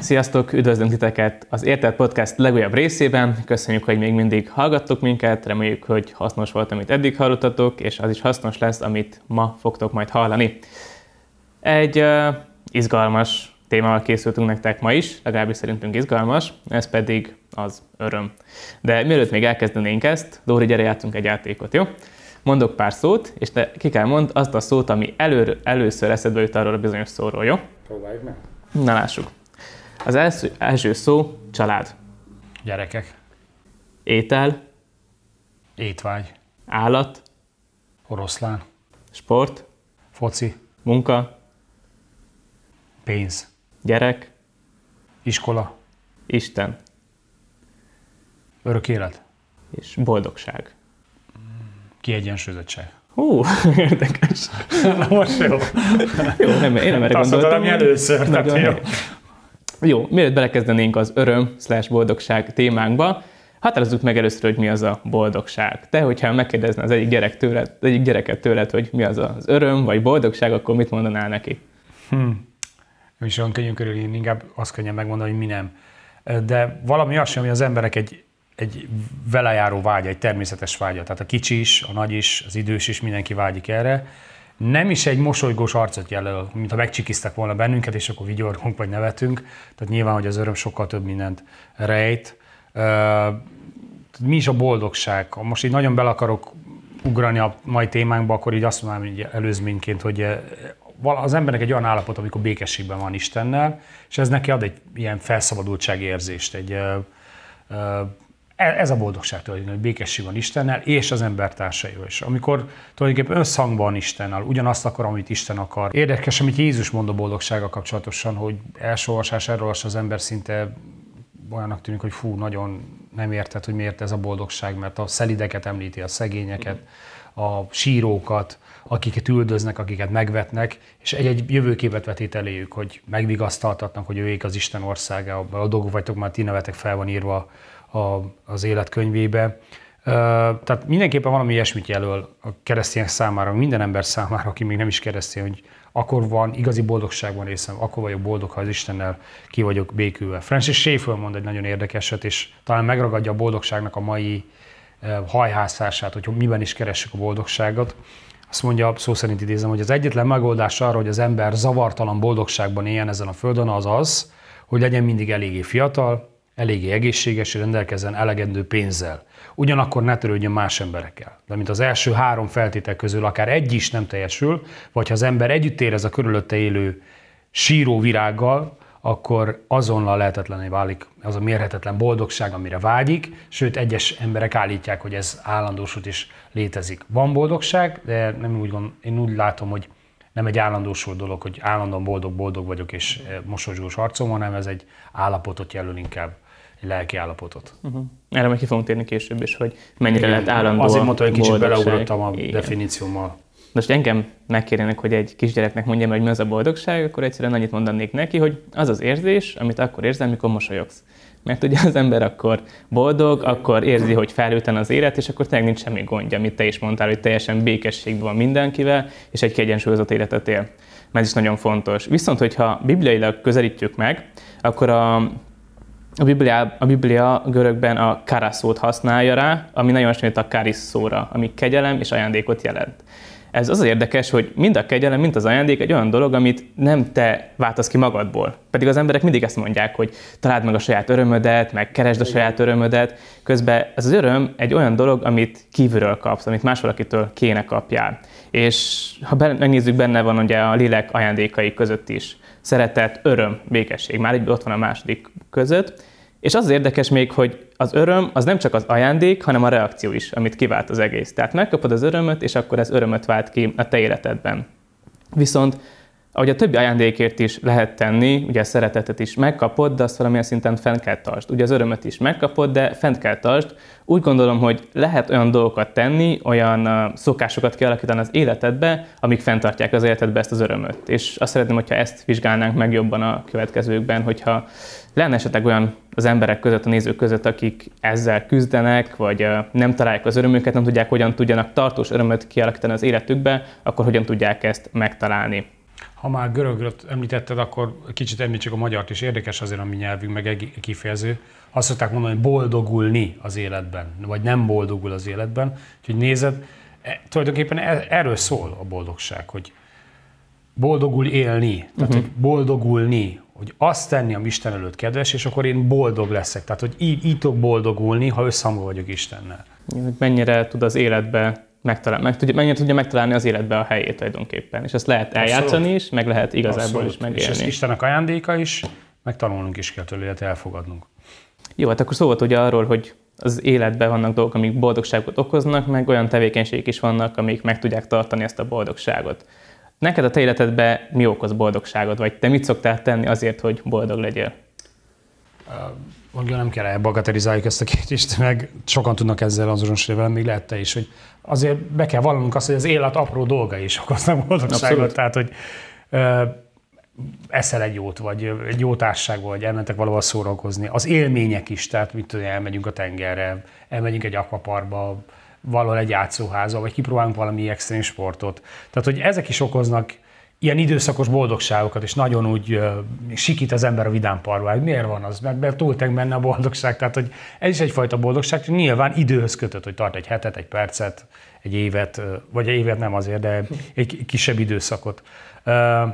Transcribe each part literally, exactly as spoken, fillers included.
Sziasztok, üdvözlünk titeket az Érted Podcast legújabb részében. Köszönjük, hogy még mindig hallgattok minket, reméljük, hogy hasznos volt, amit eddig hallottatok, és az is hasznos lesz, amit ma fogtok majd hallani. Egy uh, izgalmas témával készültünk nektek ma is, legalábbis szerintünk izgalmas, ez pedig az öröm. De mielőtt még elkezdenénk ezt, Dóri, gyere, játszunk egy játékot, jó? Mondok pár szót, és te ki kell mondd azt a szót, ami elő, először eszedbe jut arról a bizonyos szóról, jó? Próbáljuk meg. Na lássuk. Az első, első szó család. Gyerekek. Étel. Étvágy. Állat. Oroszlán. Sport. Foci. Munka. Pénz. Gyerek. Iskola. Isten. Örök élet. És boldogság. Kiegyensúlyozottság. Hú, érdekes. Na most jó. Jó, nem, én nem erre azt gondoltam. mondtam, először. Tehát jó. Jó, mielőtt belekezdenénk az öröm slash boldogság témánkba, határozzuk meg először, hogy mi az a boldogság. Te, hogyha megkérdezne az egyik, gyerek tőled, az egyik gyereket tőled, hogy mi az az öröm vagy boldogság, akkor mit mondanál neki? Hmm. Nem is olyan könnyű körülírni, inkább azt könnyen megmondani, hogy mi nem. De valami olyasmi, ami az emberek egy, egy velejáró vágya, egy természetes vágya. Tehát a kicsi is, a nagy is, az idős is, mindenki vágyik erre. Nem is egy mosolygós arcot jelöl, mintha megcsikiztek volna bennünket, és akkor vigyorgunk vagy nevetünk. Tehát nyilván, hogy az öröm sokkal több mindent rejt. Mi is a boldogság? Ha most így nagyon bele akarok ugrani a mai témánkba, akkor így azt mondanám így előzményként, hogy az embernek egy olyan állapot, amikor békességben van Istennel, és ez neki ad egy ilyen felszabadultsági érzést, egy ez a boldogság tulajdonképpen, hogy békesség van Istennel és az embertársaival is. Amikor tulajdonképpen összhangban Istennel, ugyanazt akar, amit Isten akar. Érdekes, amit Jézus mond a boldogsággal kapcsolatosan, hogy első olvasás, erről az ember szinte olyannak tűnik, hogy fú, nagyon nem érted, hogy miért ez a boldogság, mert a szelideket említi, a szegényeket, a sírókat, akiket üldöznek, akiket megvetnek, és egy-egy jövőképet vetít eléjük, hogy megvigasztaltatnak, hogy ők az Isten országa, a dolgok vagytok, már ti nevetek fel van írva az életkönyvébe. Tehát mindenképpen valami ilyesmit jelöl a keresztények számára, minden ember számára, aki még nem is keresztény, hogy akkor van igazi boldogságban részem, akkor vagyok boldog, ha az Istennel ki vagyok békülve. Francis Schaeffer mond egy nagyon érdekeset, és talán megragadja a boldogságnak a mai hajhászását, hogy miben is keressük a boldogságot. Azt mondja, szó szerint idézem, hogy az egyetlen megoldás arra, hogy az ember zavartalan boldogságban éljen ezen a földön, az az, hogy legyen mindig eléggé fiatal, eléggé egészséges, és rendelkezzen elegendő pénzzel. Ugyanakkor ne törődjön más emberekkel. De mint az első három feltétel közül akár egy is nem teljesül, vagy ha az ember együtt érez a körülötte élő síró virággal, akkor azonnal lehetetlenné válik az a mérhetetlen boldogság, amire vágyik, sőt egyes emberek állítják, hogy ez állandósult és létezik. Van boldogság, de nem úgy gond, én úgy látom, hogy nem egy állandósult dolog, hogy állandóan boldog-boldog vagyok és mosolygós arcom, hanem ez egy állapotot jelöl inkább. Egy lelki állapotot. Uh-huh. Erre majd ki fogunk térni később is, hogy mennyire lehet állandó Azért mondtam, hogy kicsit boldogság. beleugrottam a Igen. definíciómmal. Most engem megkérjenek, hogy egy kisgyereknek mondjam, hogy mi az a boldogság, akkor egyszerűen annyit mondanék neki, hogy az az érzés, amit akkor érzel, mikor mosolyogsz. Mert ugye az ember akkor boldog, akkor érzi, hogy felülten az élet, és akkor tényleg nincs semmi gondja, amit te is mondtál, hogy teljesen békességben van mindenkivel, és egy kiegyensúlyozott életet él. Ez is nagyon fontos. Viszont, hogyha bibliailag közelítjük meg, akkor a A Biblia, a Biblia görögben a kara szót használja rá, ami nagyon hasonlít a charis szóra, ami kegyelem és ajándékot jelent. Ez az érdekes, hogy mind a kegyelem, mind az ajándék egy olyan dolog, amit nem te váltasz ki magadból. Pedig az emberek mindig ezt mondják, hogy találd meg a saját örömödet, meg keresd a saját örömödet. Közben ez az öröm egy olyan dolog, amit kívülről kapsz, amit más valakitől kéne kapjál. És ha megnézzük, benne van ugye a lélek ajándékai között is. Szeretet, öröm, békesség. Már így ott van a második között. És az, az érdekes még, hogy az öröm az nem csak az ajándék, hanem a reakció is, amit kivált az egész. Tehát megkapod az örömöt, és akkor ez örömöt vált ki a te életedben. Viszont ahogy a többi ajándékért is lehet tenni, ugye a szeretetet is megkapod, de azt valamilyen szinten fent kell tartsd. Ugye az örömöt is megkapod, de fent kell tartsd. Úgy gondolom, hogy lehet olyan dolgokat tenni, olyan szokásokat kialakítani az életedbe, amik fenntartják az életedbe ezt az örömöt. És azt szeretném, hogyha ezt vizsgálnánk meg jobban a következőkben, hogyha lenne esetleg olyan az emberek között, a nézők között, akik ezzel küzdenek, vagy nem találják az örömüket, nem tudják, hogyan tudjanak tartós örömöt kialakítani az életükbe, akkor hogyan tudják ezt megtalálni. Ha már görögöt említetted, akkor kicsit említsük a magyart is. Érdekes azért a mi nyelvünk, meg kifejező. Azt szokták mondani, hogy boldogulni az életben, vagy nem boldogul az életben. Úgyhogy nézed, e, tulajdonképpen erről szól a boldogság, hogy boldogul élni, tehát uh-huh. hogy boldogulni, hogy azt tenni, ami Isten előtt kedves, és akkor én boldog leszek. Tehát, hogy így, így tudok boldogulni, ha összhangban vagyok Istennel. Mennyire tud az életbe megtalálni, meg tudja, mennyire tudja megtalálni az életbe a helyét tulajdonképpen. És ezt lehet eljátszani Abszolút. is, meg lehet igazából Abszolút. is megélni. És ez Istennek ajándéka is, meg tanulnunk is kell tőle, illetve elfogadnunk. Jó, hát akkor szó volt ugye arról, hogy az életben vannak dolgok, amik boldogságot okoznak, meg olyan tevékenységek is vannak, amik meg tudják tartani ezt a boldogságot. Neked a te életedben mi okoz boldogságot, vagy te mit szoktál tenni azért, hogy boldog legyél? Mondja, nem kell elbagatelizáljuk ezt a kérdést, meg sokan tudnak ezzel azonosulni velem, még lehet te is, hogy azért be kell vallanunk azt, hogy az élet apró dolgai is okoznak boldogságot. Abszolút. Tehát, hogy ö, eszel egy jót, vagy egy jó társaságból, vagy elmentek valahol szórakozni. Az élmények is, tehát mit tudom, elmegyünk a tengerre, elmegyünk egy akvaparkba, valahol egy játszóházba, vagy kipróbálunk valami extrém sportot. Tehát, hogy ezek is okoznak ilyen időszakos boldogságokat, és nagyon úgy uh, sikít az ember a vidámparkba. Miért van az? Mert, mert túltek benne a boldogság. Tehát, hogy ez is egyfajta boldogság, hogy nyilván időhöz kötött, hogy tart egy hetet, egy percet, egy évet, vagy egy évet nem azért, de egy kisebb időszakot. Uh,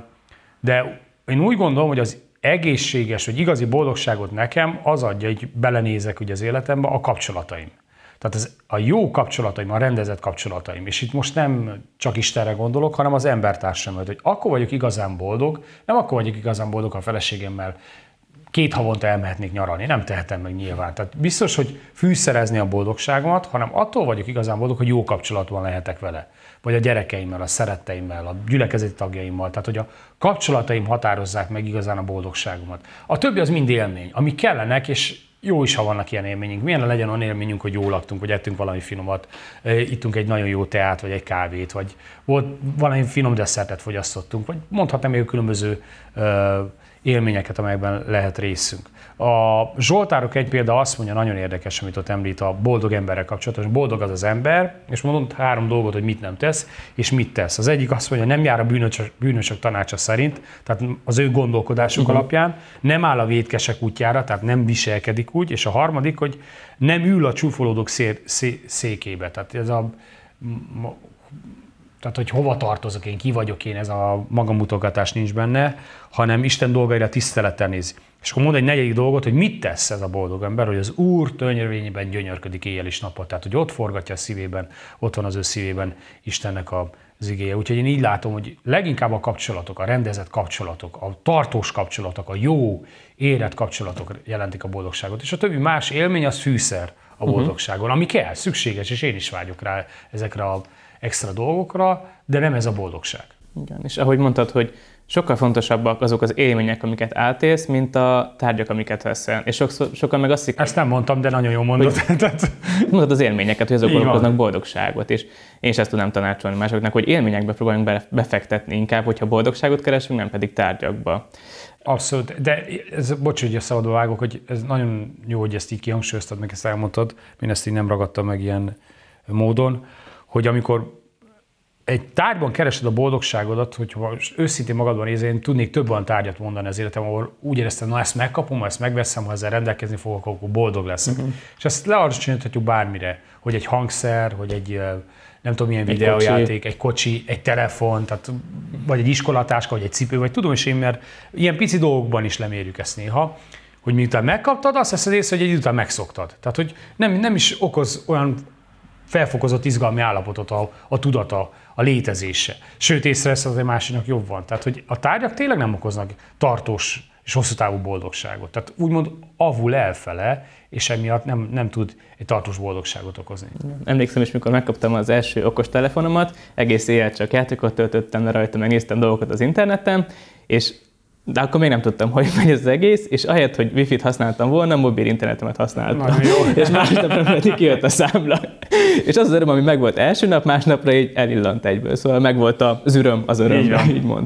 de én úgy gondolom, hogy az egészséges, vagy igazi boldogságot nekem az adja, hogy belenézek ugye az életembe, a kapcsolataim. Tehát ez a jó kapcsolataim, a rendezett kapcsolataim, és itt most nem csak Istenre gondolok, hanem az embertársammal, hogy akkor vagyok igazán boldog, nem akkor vagyok igazán boldog, ha a feleségemmel két havonta elmehetnék nyaralni, nem tehetem meg nyilván. Tehát biztos, hogy fűszerezni a boldogságomat, hanem attól vagyok igazán boldog, hogy jó kapcsolatban lehetek vele. Vagy a gyerekeimmel, a szeretteimmel, a gyülekezeti tagjaimmal. Tehát, hogy a kapcsolataim határozzák meg igazán a boldogságomat. A többi az mind élmény, ami kellenek, és jó is, ha vannak ilyen élményünk. Milyen legyen olyan élményünk, hogy jól laktunk, vagy ettünk valami finomat, ittunk egy nagyon jó teát, vagy egy kávét, vagy volt valami finom desszertet fogyasztottunk, vagy mondhatnám még különböző élményeket, amelyekben lehet részünk. A Zsoltárok egy példa azt mondja, nagyon érdekes, amit ott említ a boldog emberrel kapcsolatos. Boldog az az ember, és mondom három dolgot, hogy mit nem tesz, és mit tesz. Az egyik azt mondja, nem jár a bűnösök, bűnösök tanácsa szerint, tehát az ő gondolkodásuk uh-huh. alapján, nem áll a vétkesek útjára, tehát nem viselkedik úgy, és a harmadik, hogy nem ül a csúfolódók szé- szé- székébe. Tehát ez a Tehát, hogy hova tartozok én, ki vagyok én, ez a magamutogatás nincs benne, hanem Isten dolgaira tisztelettel nézi. És akkor mond egy negyedik dolgot, hogy mit tesz ez a boldog ember, hogy az Úr törvényében gyönyörködik éjjel és nappal. Tehát, hogy ott forgatja a szívében, ott van az ő szívében Istennek az igéje. Úgyhogy én így látom, hogy leginkább a kapcsolatok, a rendezett kapcsolatok, a tartós kapcsolatok, a jó, érett kapcsolatok jelentik a boldogságot. És a többi más élmény az fűszer a boldogságon, ami kell, szükséges, és én is vágyok rá ezekre a extra dolgokra, de nem ez a boldogság. Igen, és ahogy mondtad, hogy sokkal fontosabbak azok az élmények, amiket átélsz, mint a tárgyak, amiket veszel. És sokszor, sokan meg azt hiszik... Ezt nem mondtam, de nagyon jól mondod. Mondod az élményeket, hogy azok okoznak boldogságot, és én is ezt tudnám tanácsolni másoknak, hogy élményekbe próbáljunk befektetni inkább, hogyha boldogságot keresünk, nem pedig tárgyakba. Abszolút, de ez, bocs, hogy szabadba vágok, hogy ez nagyon jó, hogy ezt így kihangsúlyoztad, meg ezt elmondtad, én ezt így nem ragadtam meg ilyen módon, hogy amikor egy tárgyban keresed a boldogságodat, hogyha őszintén magadban nézel, én tudnék több olyan tárgyat mondani az életem, ahol úgy éreztem, na ezt megkapom, ha ezt megveszem, ha ezzel rendelkezni fogok, akkor boldog leszek. Uh-huh. És ezt lealacsonyíthatjuk bármire, hogy egy hangszer, hogy egy nem tudom milyen videójáték, egy kocsi, egy telefon, tehát, vagy egy iskolatáska, vagy egy cipő, vagy tudom is én, mert ilyen pici dolgokban is lemérjük ezt néha, hogy miután megkaptad, azt veszed észre, hogy egy után megszoktad. Tehát, hogy nem, nem is okoz olyan felfokozott izgalmi állapotot a, a tudata, a létezése. Sőt, észreveszed, hogy a másiknak jobb van. Tehát, hogy a tárgyak tényleg nem okoznak tartós és hosszú távú boldogságot. Tehát úgymond avul elfele, és emiatt nem, nem tud egy tartós boldogságot okozni. Emlékszem is, mikor megkaptam az első okos telefonomat, egész éjjel csak játékot töltöttem le rajta, megnéztem dolgokat az interneten, és de akkor még nem tudtam, hogy megy ez az egész, és ahelyett, hogy wifi-t használtam volna, mobil internetemet használtam. És másnapra pedig kijött a számla. És az az öröm, ami megvolt első nap, másnapra így elillant egyből. Szóval megvolt az öröm az örömre, így, így mond.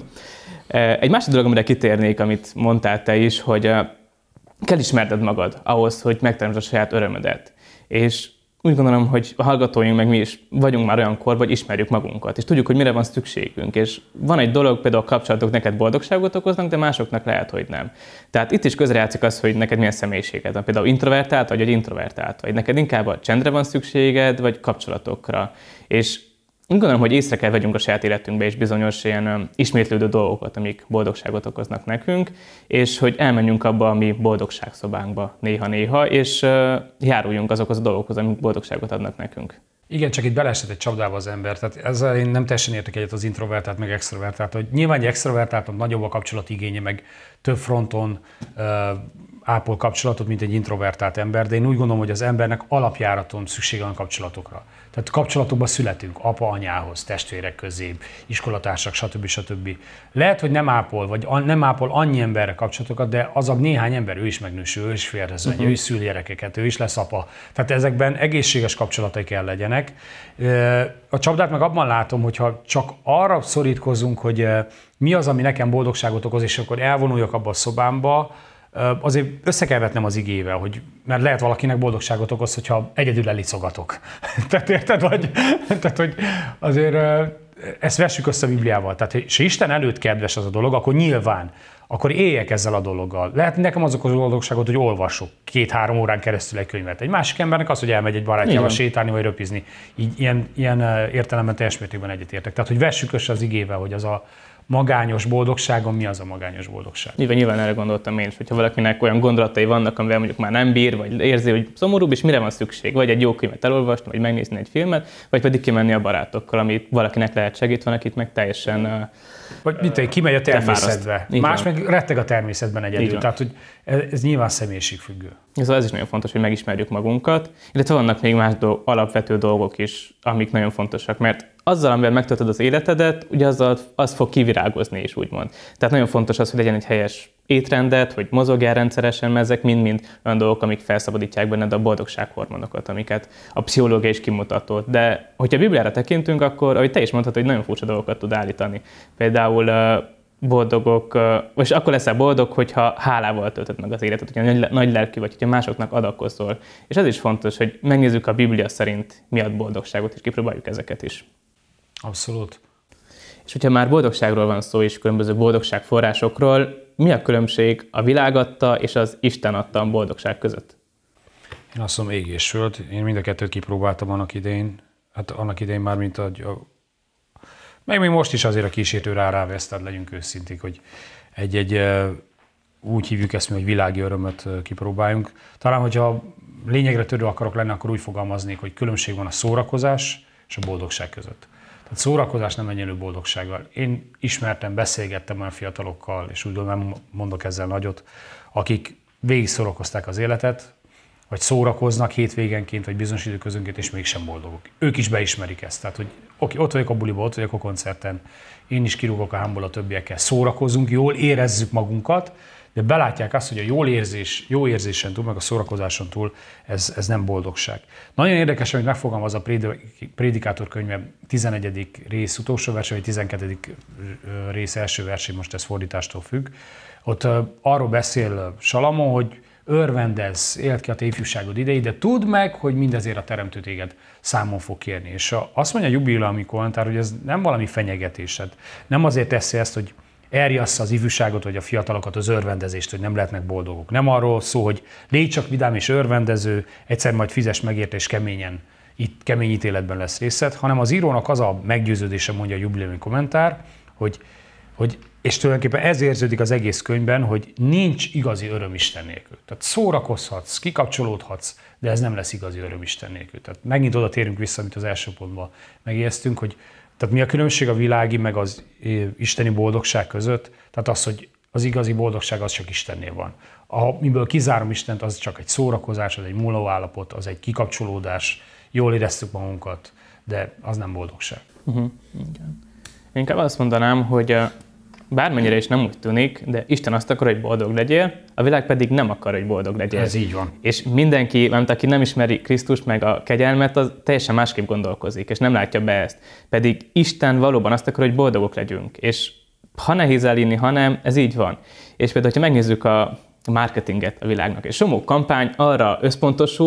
Egy másik dolog, amire kitérnék, amit mondtál te is, hogy kell ismerned magad ahhoz, hogy megteremtsd a saját örömödet. És úgy gondolom, hogy a hallgatóink meg mi is vagyunk már olyan korban, hogy ismerjük magunkat, és tudjuk, hogy mire van szükségünk. És van egy dolog, például a kapcsolatok neked boldogságot okoznak, de másoknak lehet, hogy nem. Tehát itt is közrejátszik az, hogy neked milyen személyiséged van. Például introvertált vagy, vagy introvertált vagy. Neked inkább a csendre van szükséged, vagy kapcsolatokra. És úgy gondolom, hogy észre kell vegyünk a saját életünkbe is bizonyos ilyen ismétlődő dolgokat, amik boldogságot okoznak nekünk, és hogy elmenjünk abba a mi boldogságszobánkba néha-néha, és járuljunk azokhoz a dolgokhoz, amik boldogságot adnak nekünk. Igen, csak itt beleesett egy csapdába az ember. Tehát ezzel én nem teljesen értek egyet az introvertált, meg extrovertált. Hogy nyilván egy extrovertált nagyobb a kapcsolatigénye, meg több fronton uh, ápol kapcsolatot, mint egy introvertált ember, de én úgy gondolom, hogy az embernek alapjáraton szüksége van kapcsolatokra. Tehát kapcsolatokban születünk, apa anyához, testvérek közé, iskolatársak, stb. stb. Lehet, hogy nem ápol, vagy nem ápol annyi emberre kapcsolatokat, de az a néhány ember, ő is megnősül, ő is félrezve, uh-huh. ő is szül gyerekeket, ő is lesz apa. Tehát ezekben egészséges kapcsolatai kell legyenek. A csapdát meg abban látom, hogyha csak arra szorítkozunk, hogy mi az, ami nekem boldogságot okoz, és akkor elvonuljak abba a szobámba, azért össze kell vetnem az igével, hogy, mert lehet valakinek boldogságot okoz, hogyha egyedül elicogatok. Tehát érted, vagy? Tehát, hogy azért ezt vessük össze a Bibliával. Tehát, ha Isten előtt kedves az a dolog, akkor nyilván, akkor éljek ezzel a dologgal. Lehet nekem az okoz boldogságot, hogy olvasok két-három órán keresztül egy könyvet. Egy másik embernek az, hogy elmegy egy barátjával sétálni, vagy röpizni. Így ilyen, ilyen értelemben teljes mértékben egyetértek. Tehát, hogy vessük össze az igével, hogy az a magányos boldogságon mi az a magányos boldogság. Nyilván, nyilván erre gondoltam én is, hogyha valakinek olyan gondolatai vannak, amivel mondjuk már nem bír, vagy érzi, hogy szomorúbb, és mire van szükség? Vagy egy jó könyvet elolvasni, vagy megnézni egy filmet, vagy pedig kimenni a barátokkal, amit valakinek lehet segít, van, akit meg teljesen vagy mit egy, kimegy a természetbe. Más meg retteg a természetben egyedül. Tehát, hogy ez, ez nyilván személyiségfüggő. Ez, ez is nagyon fontos, hogy megismerjük magunkat, illetve vannak még más dolg, alapvető dolgok is, amik nagyon fontosak, mert azzal, amivel megtöltöd az életedet, ugye azzal, az fog kivirágozni is, úgymond. Tehát nagyon fontos az, hogy legyen egy helyes étrendet, hogy mozogjál rendszeresen, mert ezek mind-mind olyan dolgok, amik felszabadítják benned a boldogsághormonokat, amiket a pszichológia is kimutatott. De hogyha a Bibliára tekintünk, akkor, ahogy te is mondtad, hogy nagyon furcsa dolgokat tud állítani. Például boldogok, és akkor leszel boldog, hogyha hálával töltöd meg az életet, hogyha nagy lelkű vagy, hogyha másoknak adakozol. És ez is fontos, hogy megnézzük a Biblia szerint mi ad boldogságot, és kipróbáljuk ezeket is. Abszolút. És hogyha már boldogságról van szó, és különböző boldogságforrásokról, mi a különbség a világ adta és az Isten adta boldogság között? Én azt mondom, ég és föld. Én mind a kettőt kipróbáltam annak idején. Hát annak idején már, mint a... a meg még most is azért a kísértő rá rávesz, tehát legyünk őszinték, hogy egy-egy úgy hívjuk ezt mi, hogy világi örömöt kipróbáljunk. Talán, hogyha lényegre törő akarok lenni, akkor úgy fogalmaznék, hogy különbség van a szórakozás és a boldogság között. Tehát szórakozás nem egyenlő boldogsággal. Én ismertem, beszélgettem olyan fiatalokkal, és úgy nem mondok ezzel nagyot, akik végig szórakozták az életet, vagy szórakoznak hétvégenként, vagy bizonyos időközönként, és mégsem boldogok. Ők is beismerik ezt. Tehát, hogy oké, ott vagyok a buliba, ott vagyok a koncerten, én is kirúgok a hámból a többiekkel, szórakozunk, jól érezzük magunkat, de belátják azt, hogy a jól érzés, jó érzésen túl, meg a szórakozáson túl ez, ez nem boldogság. Nagyon érdekes, amit megfogalmaz a Prédikátor könyve tizenegyedik rész utolsó verse, vagy tizenkettedik rész első versé, most ez fordítástól függ. Ott arról beszél Salamon, hogy örvendezz, éld ki a te ifjúságod idejét, de tudd meg, hogy mindezért a teremtő téged számon fog kérni. És azt mondja a jubileumi kommentár, hogy ez nem valami fenyegetésed. Nem azért teszi ezt, hogy elriassza az ifjúságot, vagy a fiatalokat az örvendezést, hogy nem lehetnek boldogok. Nem arról szó, hogy légy csak vidám és örvendező, egyszer majd fizes megérte, és keményen, itt kemény ítéletben lesz részed, hanem az írónak az a meggyőződése, mondja a jubileumi kommentár, hogy, hogy és tulajdonképpen ez érződik az egész könyvben, hogy nincs igazi öröm Isten nélkül. Tehát szórakozhatsz, kikapcsolódhatsz, de ez nem lesz igazi öröm Isten nélkül. Tehát megint oda térünk vissza, amit az első pontban megijesztünk, hogy tehát mi a különbség a világi meg az isteni boldogság között? Tehát az, hogy az igazi boldogság az csak Istennél van. Amiből kizárom Istent, az csak egy szórakozás, az egy múló állapot, az egy kikapcsolódás, jól éreztük magunkat, de az nem boldogság. Uh-huh. Igen. Én inkább azt mondanám, hogy bármennyire is nem úgy tűnik, de Isten azt akar, hogy boldog legyél, a világ pedig nem akar, hogy boldog legyél. Ez így van. És mindenki, mert aki nem ismeri Krisztust meg a kegyelmet, az teljesen másképp gondolkozik, és nem látja be ezt. Pedig Isten valóban azt akar, hogy boldogok legyünk. És ha nehéz elhinni, ha nem, ez így van. És például, ha megnézzük a marketinget a világnak, és somó kampány arra összpontosul,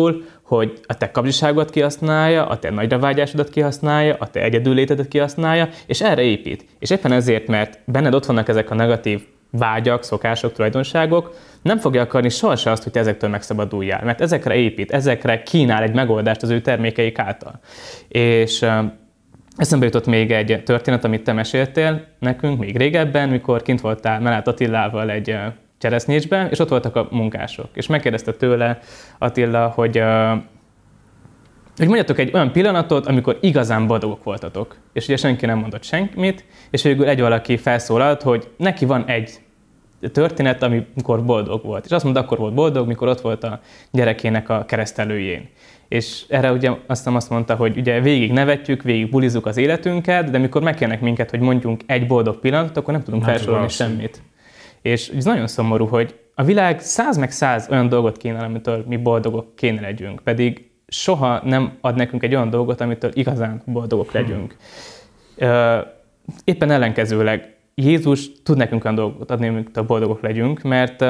hogy a te kapzsiságodat kihasználja, a te nagyra vágyásodat kihasználja, a te egyedüllétedet kihasználja, és erre épít. És éppen ezért, mert benned ott vannak ezek a negatív vágyak, szokások, tulajdonságok, nem fogja akarni sohasem azt, hogy te ezektől megszabaduljál, mert ezekre épít, ezekre kínál egy megoldást az ő termékeik által. És uh, eszembe jutott még egy történet, amit te meséltél nekünk még régebben, mikor kint voltál Mellát Attilával egy uh, cseresznyésben, és ott voltak a munkások. És megkérdezte tőle Attila, hogy, uh, hogy mondjatok egy olyan pillanatot, amikor igazán boldogok voltatok. És ugye senki nem mondott semmit, és végül egy valaki felszólalt, hogy neki van egy történet, amikor boldog volt. És azt mondta, akkor volt boldog, mikor ott volt a gyerekének a keresztelőjén. És erre ugye aztán azt mondta, hogy ugye végig nevetjük, végig bulizzuk az életünket, de mikor megkérnek minket, hogy mondjunk egy boldog pillanatot, akkor nem tudunk felsorolni semmit. És ez nagyon szomorú, hogy a világ száz meg száz olyan dolgot kínál, amitől mi boldogok kéne legyünk, pedig soha nem ad nekünk egy olyan dolgot, amitől igazán boldogok legyünk. Hmm. Éppen ellenkezőleg Jézus tud nekünk olyan dolgot adni, amitől boldogok legyünk, mert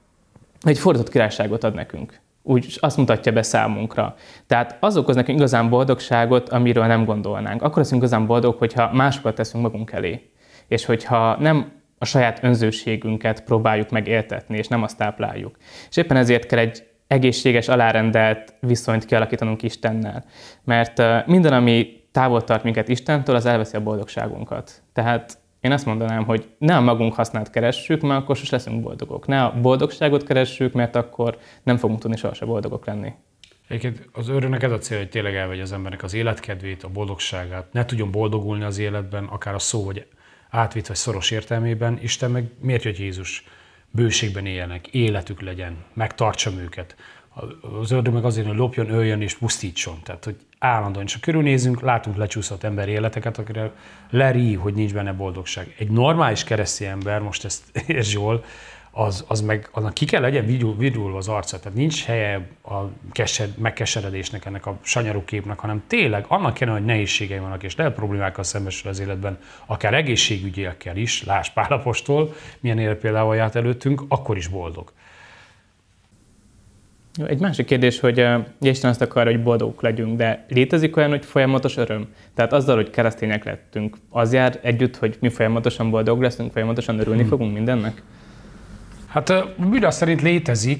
egy fordított királyságot ad nekünk. Úgy azt mutatja be számunkra. Tehát az okoz nekünk igazán boldogságot, amiről nem gondolnánk. Akkor leszünk igazán boldogok, hogyha másokat teszünk magunk elé. És hogyha nem a saját önzőségünket próbáljuk megéltetni, és nem azt tápláljuk. És éppen ezért kell egy egészséges, alárendelt viszonyt kialakítanunk Istennel. Mert minden, ami távol tart minket Istentől, az elveszi a boldogságunkat. Tehát én azt mondanám, hogy ne a magunk hasznát keressük, mert akkor sosem leszünk boldogok. Ne a boldogságot keressük, mert akkor nem fogunk tudni sohasem boldogok lenni. Egyébként az örömnek ez a cél, hogy tényleg elvegye az embernek az életkedvét, a boldogságát, ne tudjon boldogulni az életben, akár a szó vagy átvitt vagy szoros értelmében. Isten meg miért jött Jézus? Bőségben éljenek, életük legyen, megtartsam őket. Az ördög meg azért, hogy lopjon, öljön és pusztítson. Tehát, hogy állandóan csak körülnézünk, látunk lecsúszott emberi életeket, akire lerí, hogy nincs benne boldogság. Egy normális keresztény ember, most ezt értsd jól, az, az meg, annak ki kell legyen virulva az arca. Tehát nincs helye a kesed, megkeseredésnek, ennek a sanyarú képnek, hanem tényleg annak kellene, hogy nehézségei vannak, és lehet problémákkal szembesül az életben, akár egészségügyiekkel is, lásd Pál apostol, milyen élet példával járt előttünk, akkor is boldog. Egy másik kérdés, hogy uh, Isten azt akar, hogy boldogok legyünk, de létezik olyan, hogy folyamatos öröm? Tehát azzal, hogy keresztények lettünk, az jár együtt, hogy mi folyamatosan boldogok leszünk, folyamatosan örülni hmm. fogunk mindennek? Hát a Biblia szerint létezik,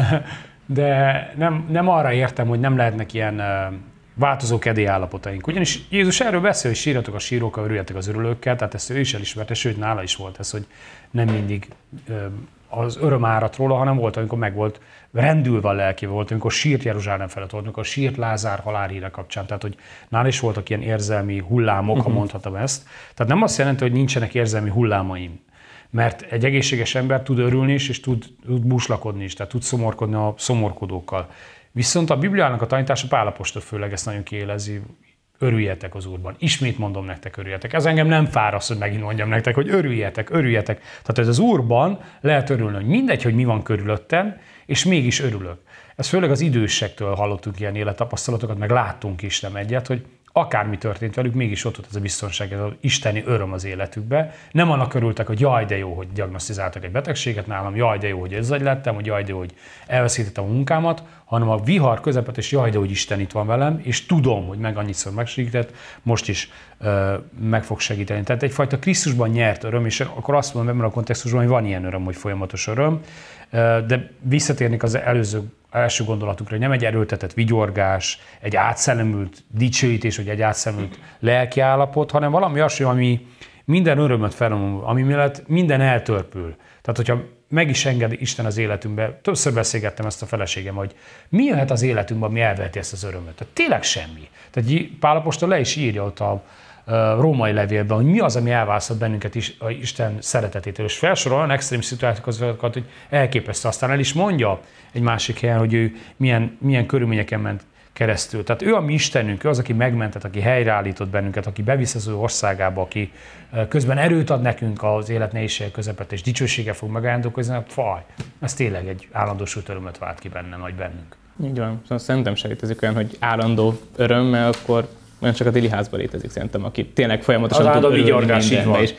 de nem, nem arra értem, hogy nem lehetnek ilyen uh, változó kedély állapotaink. Ugyanis Jézus erről beszél, hogy sírjatok a sírókkal, örüljetek az örülőkkel, tehát ezt ő is elismerte, sőt nála is volt ez, hogy nem mindig uh, az öröm árat róla, hanem volt, amikor meg volt rendülve a lelkével, volt, amikor sírt Jeruzsálem felett, volt, amikor sírt Lázár halálhíre kapcsán. Tehát, hogy nála is voltak ilyen érzelmi hullámok, uh-huh. ha mondhatom ezt. Tehát nem azt jelenti, hogy nincsenek érzelmi hullámaim. Mert egy egészséges ember tud örülni is, és tud, tud búslakodni is, tehát tud szomorkodni a szomorkodókkal. Viszont a Bibliának a tanítása, Pál apostol főleg ezt nagyon kiélezi, örüljetek az Úrban. Ismét mondom nektek, örüljetek. Ez engem nem fáraszt, hogy megint mondjam nektek, hogy örüljetek, örüljetek. Tehát ez az Úrban lehet örülni, hogy mindegy, hogy mi van körülöttem, és mégis örülök. Ez főleg az idősektől hallottunk ilyen élettapasztalatokat, meg láttunk is nem egyet, hogy akármi történt velük, mégis ott volt ez a biztonság, ez az isteni öröm az életükbe. Nem annak örültek, hogy jaj, de jó, hogy diagnosztizáltak egy betegséget nálam, jaj, de jó, hogy ez lettem, hogy jaj, de jó, hogy elveszítettem a munkámat, hanem a vihar közepet, és jaj, de hogy Isten itt van velem, és tudom, hogy meg annyiszor megsegített, most is ö, meg fog segíteni. Tehát egyfajta Krisztusban nyert öröm, és akkor azt mondom ebben a kontextusban, hogy van ilyen öröm, hogy folyamatos öröm, ö, de visszatérnék az előző első gondolatukra, hogy nem egy erőltetett vigyorgás, egy átszellemült dicsőítés, vagy egy átszellemült lelkiállapot, hanem valami olyasmi, ami minden örömöt felomul, ami mellett minden eltörpül. Tehát, hogyha meg is enged Isten az életünkbe, többször beszélgettem ezt a feleségem, hogy mi jöhet az életünkben, ami elveheti ezt az örömöt. Tehát tényleg semmi. Tehát Pál apostol le is írja ott a római levélben, hogy mi az, ami elválasztott bennünket is, a Isten szeretetétől, és felsorol olyan extrém szituációkat, hogy elképesztő. Aztán el is mondja egy másik helyen, hogy ő milyen, milyen körülményeken ment keresztül. Tehát ő a mi Istenünk, ő az, aki megmentett, aki helyreállított bennünket, aki bevisz az ő országába, aki közben erőt ad nekünk az élet nehézségek közepette, és dicsőséggel fog megállapodni, faj, ez tényleg egy állandósult örömöt vált ki bennem, vagy bennünk. Így van. Szóval szerintem se létezik olyan, hogy állandó öröm, mert akkor olyan csak a Dili házban létezik szerintem, aki tényleg folyamatosan az tud örülni mindenbe. És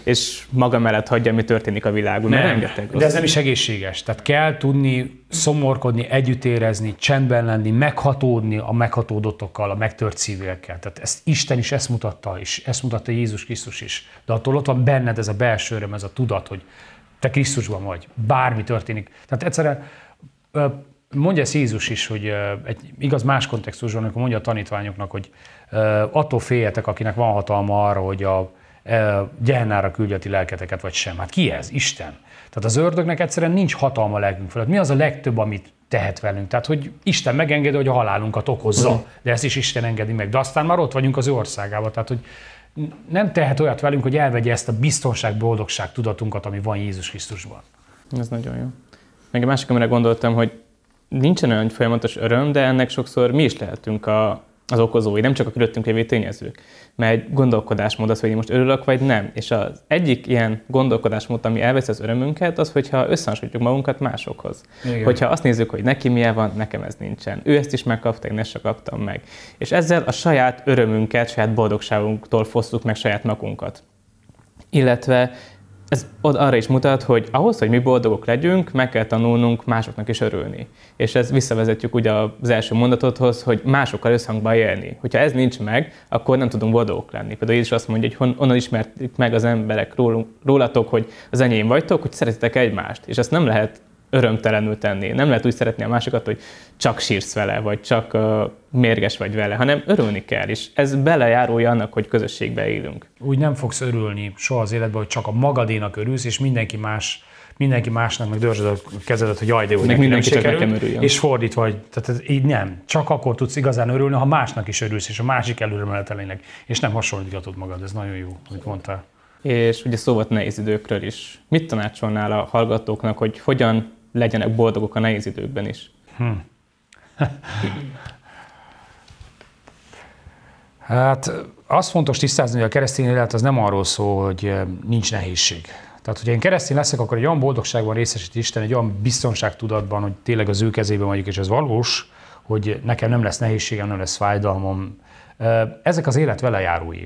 és maga mellett hagyja, mi történik a világon. Nem, de ez nem is egészséges. Tehát kell tudni szomorkodni, együtt érezni, csendben lenni, meghatódni a meghatódottokkal, a megtört szívekkel. Tehát ezt Isten is ezt mutatta, és ezt mutatta Jézus Krisztus is. De attól ott van benned ez a belső öröm, ez a tudat, hogy te Krisztusban vagy, bármi történik. Tehát egyszerűen mondja ezt Jézus is, hogy egy igaz más kontextusban, amikor mondja a tanítványoknak, hogy attól féljetek, akinek van hatalma arra, hogy a Gehennára küldje a ti lelketeket, vagy sem. Hát ki ez? Isten. Tehát az ördögnek egyszerűen nincs hatalma a lelkünk felett. Mi az a legtöbb, amit tehet velünk? Tehát, hogy Isten megengedi, hogy a halálunkat okozza, de ezt is Isten engedi meg. De aztán már ott vagyunk az ő országában. Tehát, hogy nem tehet olyat velünk, hogy elvegye ezt a biztonság, boldogság tudatunkat, ami van Jézus Krisztusban. Ez nagyon jó. Meg a másik, amire gondoltam, hogy nincsen olyan folyamatos öröm, de ennek sokszor mi is lehetünk a, az okozói, nem csak a körülöttünk lévő tényezők. Mert egy gondolkodásmód az, hogy én most örülök, vagy nem. És az egyik ilyen gondolkodásmód, ami elveszi az örömünket, az, hogyha összehasonlítjuk magunkat másokhoz. Igen. Hogyha azt nézzük, hogy neki milyen van, nekem ez nincsen. Ő ezt is megkapta, én ezt sem kaptam meg. És ezzel a saját örömünket, saját boldogságunktól fosztjuk meg saját magunkat. Illetve ez arra is mutat, hogy ahhoz, hogy mi boldogok legyünk, meg kell tanulnunk másoknak is örülni. És ezt visszavezetjük ugye az első mondatodhoz, hogy másokkal összhangban élni. Hogyha ez nincs meg, akkor nem tudunk boldogok lenni. Például Jézus azt mondja, hogy onnan ismerték meg az emberek rólatok, hogy az enyém vagytok, hogy szeretitek egymást. És ezt nem lehet örömtelenül tenni. Nem lehet úgy szeretni a másikat, hogy csak sírsz vele, vagy csak uh, mérges vagy vele, hanem örülni kell, és ez belejárulja annak, hogy közösségbe élünk. Úgy nem fogsz örülni soha az életben, hogy csak a magadénak örülsz, és mindenki más, mindenki másnak meg dörzsöd a kezedet, hogy jaj, de jó, neki mindenki nem csak sikerül, nekem örüljön. És fordítva, vagy, tehát ez így nem. Csak akkor tudsz igazán örülni, ha másnak is örülsz, és a másik előremenetelének, és nem hasonlítgatod magad. Ez nagyon jó, amit mondtál. És ugye szó volt nehéz időkről is. Mit tanácsolnál a hallgatóknak, hogy hogyan legyenek boldogok a nehéz időkben is? Hmm. Hát az fontos tisztázni, hogy a keresztény élet az nem arról szól, hogy nincs nehézség. Tehát, hogyha én keresztény leszek, akkor egy olyan boldogságban részesít Isten, egy olyan biztonságtudatban, hogy tényleg az ő kezében vagyok, és ez valós, hogy nekem nem lesz nehézségem, nem lesz fájdalmam. Ezek az élet velejárói.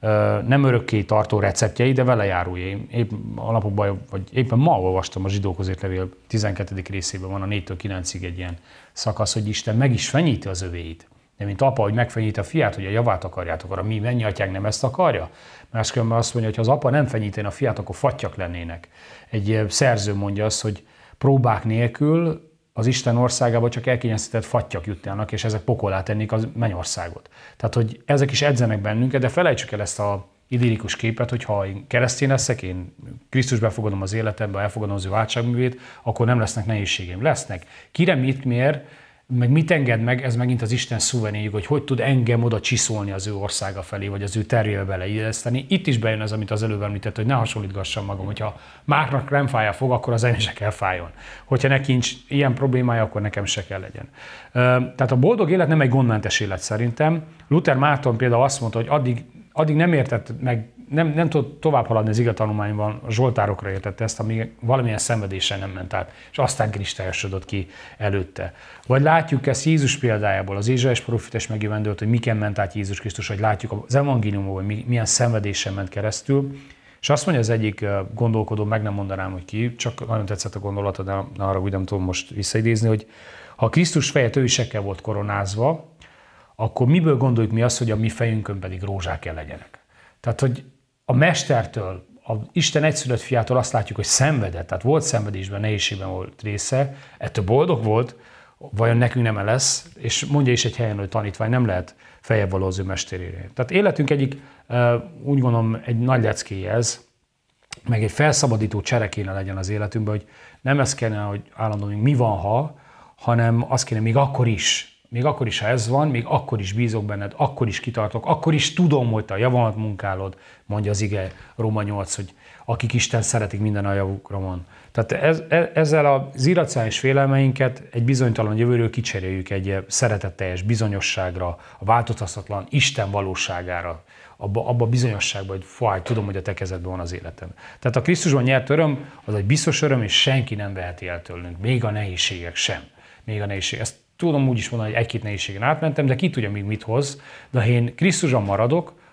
Nem örökké tartó receptjei, de velejárói. Épp a napokban, vagy éppen ma olvastam a Zsidókhoz írt levél tizenkettedik részében, van a négytől kilencig egy ilyen szakasz, hogy Isten meg is fenyíti az övéit. De mint apa, hogy megfenyíti a fiát, hogy a javát akarjátok, arra mi mennyi atyánk nem ezt akarja? Máskülönben azt mondja, hogy ha az apa nem fenyíteni a fiát, akkor fattyak lennének. Egy szerző mondja azt, hogy próbák nélkül az Isten országába csak elkényeztetett fattyak jutnának, és ezek pokolá tennék a mennyországot. Tehát, hogy ezek is edzenek bennünket, de felejtsük el ezt a idillikus képet, hogy ha én keresztény leszek, én Krisztus befogadom az életembe, elfogadom az ő váltságművét, akkor nem lesznek nehézségeim. Lesznek. Kire mit mér, meg mit enged meg, ez megint az Isten szuverénjük, hogy hogy tud engem oda csiszolni az ő országa felé, vagy az ő tervébe beleilleszteni. Itt is bejön ez, amit az előbb említett, hogy ne hasonlítgassam magam, hogyha másnak nem fáj a fog, akkor az enyém se kell fájjon. Hogyha neki nincs ilyen problémája, akkor nekem se kell legyen. Tehát a boldog élet nem egy gondmentes élet szerintem. Luther Márton például azt mondta, hogy addig, addig nem értett meg, nem, nem tud tovább haladni az igetanulmányban, a zsoltárokra értette ezt, amíg valamilyen szenvedésen nem ment át, és aztán kristályosodott ki előtte. Vagy látjuk ezt Jézus példájából, az Ézsaiás próféta megjövendőlt, hogy miken ment át Jézus Krisztus, hogy látjuk az evangéliumból, hogy milyen szenvedésen ment keresztül, és azt mondja az egyik gondolkodó, meg nem mondanám, hogy ki, csak nagyon tetszett a gondolata, de arra úgy nem tudom most visszaidézni, hogy ha Krisztus feje tőzsekkel volt koronázva, akkor miből gondoljuk mi azt, hogy a mi fejünkön pedig rózsák kell legyenek. Tehát, hogy a mestertől, az Isten egyszülött fiától azt látjuk, hogy szenvedett, tehát volt szenvedésben, nehézségben volt része, ettől boldog volt, vajon nekünk nem lesz, és mondja is egy helyen, hogy tanítvány nem lehet feljebb való az ő mesterére. Tehát életünk egyik, úgy gondolom, egy nagy leckéje ez, meg egy felszabadító csere kéne legyen az életünkben, hogy nem ez kéne, hogy állandóan mi van, ha, hanem az kéne még akkor is, még akkor is, ha ez van, még akkor is bízok benned, akkor is kitartok, akkor is tudom, hogy te a javamat munkálod, mondja az ige Róma nyolc, hogy akik Isten szeretik, minden a javukra van. Tehát ez, ezzel az irracionális félelmeinket egy bizonytalan jövőről kicseréljük egy szeretetteljes bizonyosságra, a változhatatlan Isten valóságára, abba, abba a bizonyosságban, hogy faj, tudom, hogy a te kezedben van az életem. Tehát a Krisztusban nyert öröm, az egy biztos öröm, és senki nem veheti el tőlünk, még a nehézségek sem. Még a nehézség. Ezt tudom úgy is mondani, hogy egy-két nehézségen átmentem, de ki tudja még mit hoz, de ha én Krisztusban maradok,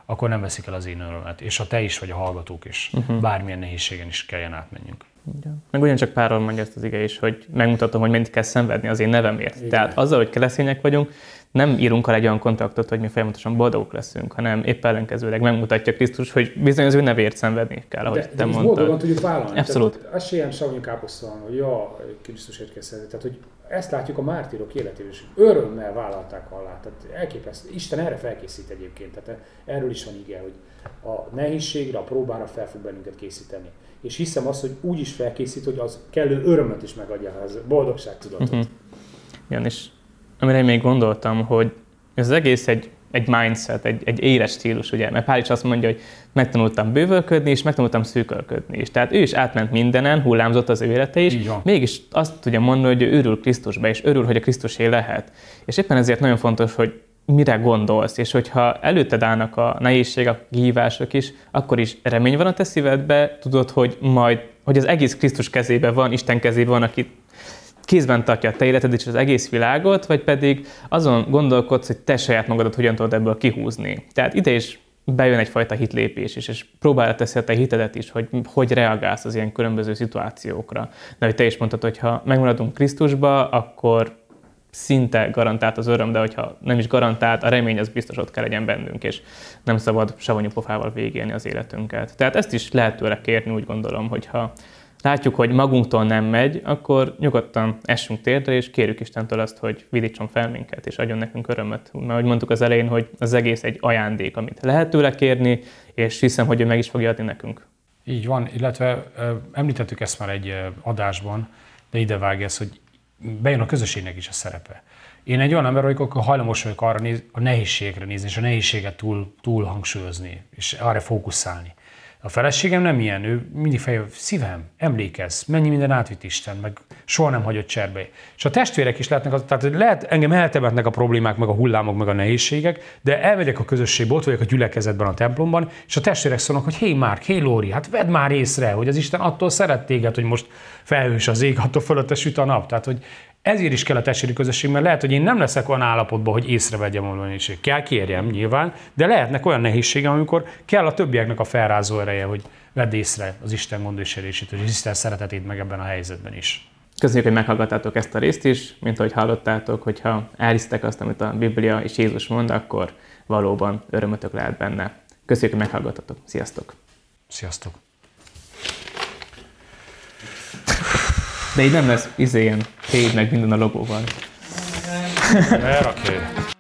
akkor nem veszik el az én örömet. És ha te is, vagy a hallgatók is, uh-huh. bármilyen nehézségen is kelljen átmenjünk. Igen. Meg ugyancsak Pálról mondja ezt az ige is, hogy megmutatom, hogy mennyit kell szenvedni az én nevemért. Igen. Tehát azzal, hogy keresztények vagyunk, nem írunk alá egy olyan kontraktot, hogy mi folyamatosan boldogok leszünk, hanem épp ellenkezőleg megmutatja Krisztus, hogy bizony az ő nevért szenvedni kell, ahogy de, te de mondtad. boldogan tudjuk vállalni. Abszolút. Tehát, az se ilyen savanyú káposztalan, hogy ja, Krisztusért kell szenvedni. Tehát, hogy ezt látjuk a mártírok életében is, hogy örömmel vállalták alá. Tehát elképesztő. Isten erre felkészít egyébként. Tehát erről is van ige, hogy a nehézségre, a próbára fel fog bennünket készíteni. És hiszem azt, hogy úgy is felkészít, hogy az kellő örömöt is megadja, az boldogságtudatot. Uh-huh. Igen, és amire én még gondoltam, hogy ez az egész egy, egy mindset, egy, egy éles stílus, ugye? Mert Pál is azt mondja, hogy megtanultam bővölködni, és megtanultam szűkölködni is. Tehát ő is átment mindenen, hullámzott az ő élete is, mégis azt tudja mondani, hogy ő örül Krisztusba, és örül, hogy a Krisztusé lehet. És éppen ezért nagyon fontos, hogy mire gondolsz, és hogyha előtted állnak a nehézségek, a kihívások is, akkor is remény van a te szívedbe, tudod, hogy majd, hogy az egész Krisztus kezében van, Isten kezében van, aki kézben tartja a te életed és az egész világot, vagy pedig azon gondolkodsz, hogy te saját magadat hogyan tudod ebből kihúzni. Tehát ide is bejön egyfajta hitlépés is, és próbálja teszi a te hitedet is, hogy hogy reagálsz az ilyen különböző szituációkra. De hogy te is mondtad, hogy ha megmaradunk Krisztusba, akkor szinte garantált az öröm, de hogyha nem is garantált, a remény az biztos ott kell legyen bennünk, és nem szabad savanyú pofával végélni az életünket. Tehát ezt is lehet tőle kérni, úgy gondolom, hogyha látjuk, hogy magunktól nem megy, akkor nyugodtan essünk térdre, és kérjük Istentől azt, hogy vidítson fel minket, és adjon nekünk örömöt. Mert ahogy mondtuk az elején, hogy az egész egy ajándék, amit lehet tőle kérni, és hiszem, hogy ő meg is fogja adni nekünk. Így van, illetve említettük ezt már egy adásban, de idevág ez, hogy bejön a közösségnek is a szerepe. Én egy olyan ember vagyok, akkor hajlamos vagyok arra néz, a nehézségre nézni, és a nehézséget túl, túl hangsúlyozni, és arra fókuszálni. A feleségem nem ilyen, ő mindig feljön, szívem, emlékezz, mennyi minden átvitt Isten, meg soha nem hagyott cserbe. És a testvérek is lehetnek, tehát lehet, engem eltemetnek a problémák, meg a hullámok, meg a nehézségek, de elmegyek a közösségbe, ott vagyok a gyülekezetben, a templomban, és a testvérek szólnak, hogy hé Márk, hé Lóri, hát vedd már észre, hogy az Isten attól szeret téged, hogy most felhős az ég, attól fölötte süt a nap. Tehát, hogy ezért is kell a testvéri közösség, mert lehet, hogy én nem leszek olyan állapotban, hogy észrevegyem a nehézséget. Kell kérjem nyilván, de lehetnek olyan nehézségek, amikor kell a többieknek a felrázó ereje, hogy vedd észre az Isten gondviselését, és az Isten szeretetét meg ebben a helyzetben is. Köszönjük, hogy meghallgattátok ezt a részt is, mint ahogy hallottátok, hogyha elhisztek azt, amit a Biblia és Jézus mond, akkor valóban örömötök lehet benne. Köszönjük, hogy meghallgattatok. Sziasztok! Sziasztok! De így nem lesz izé ilyen fény, meg minden a logóval. Elrakja.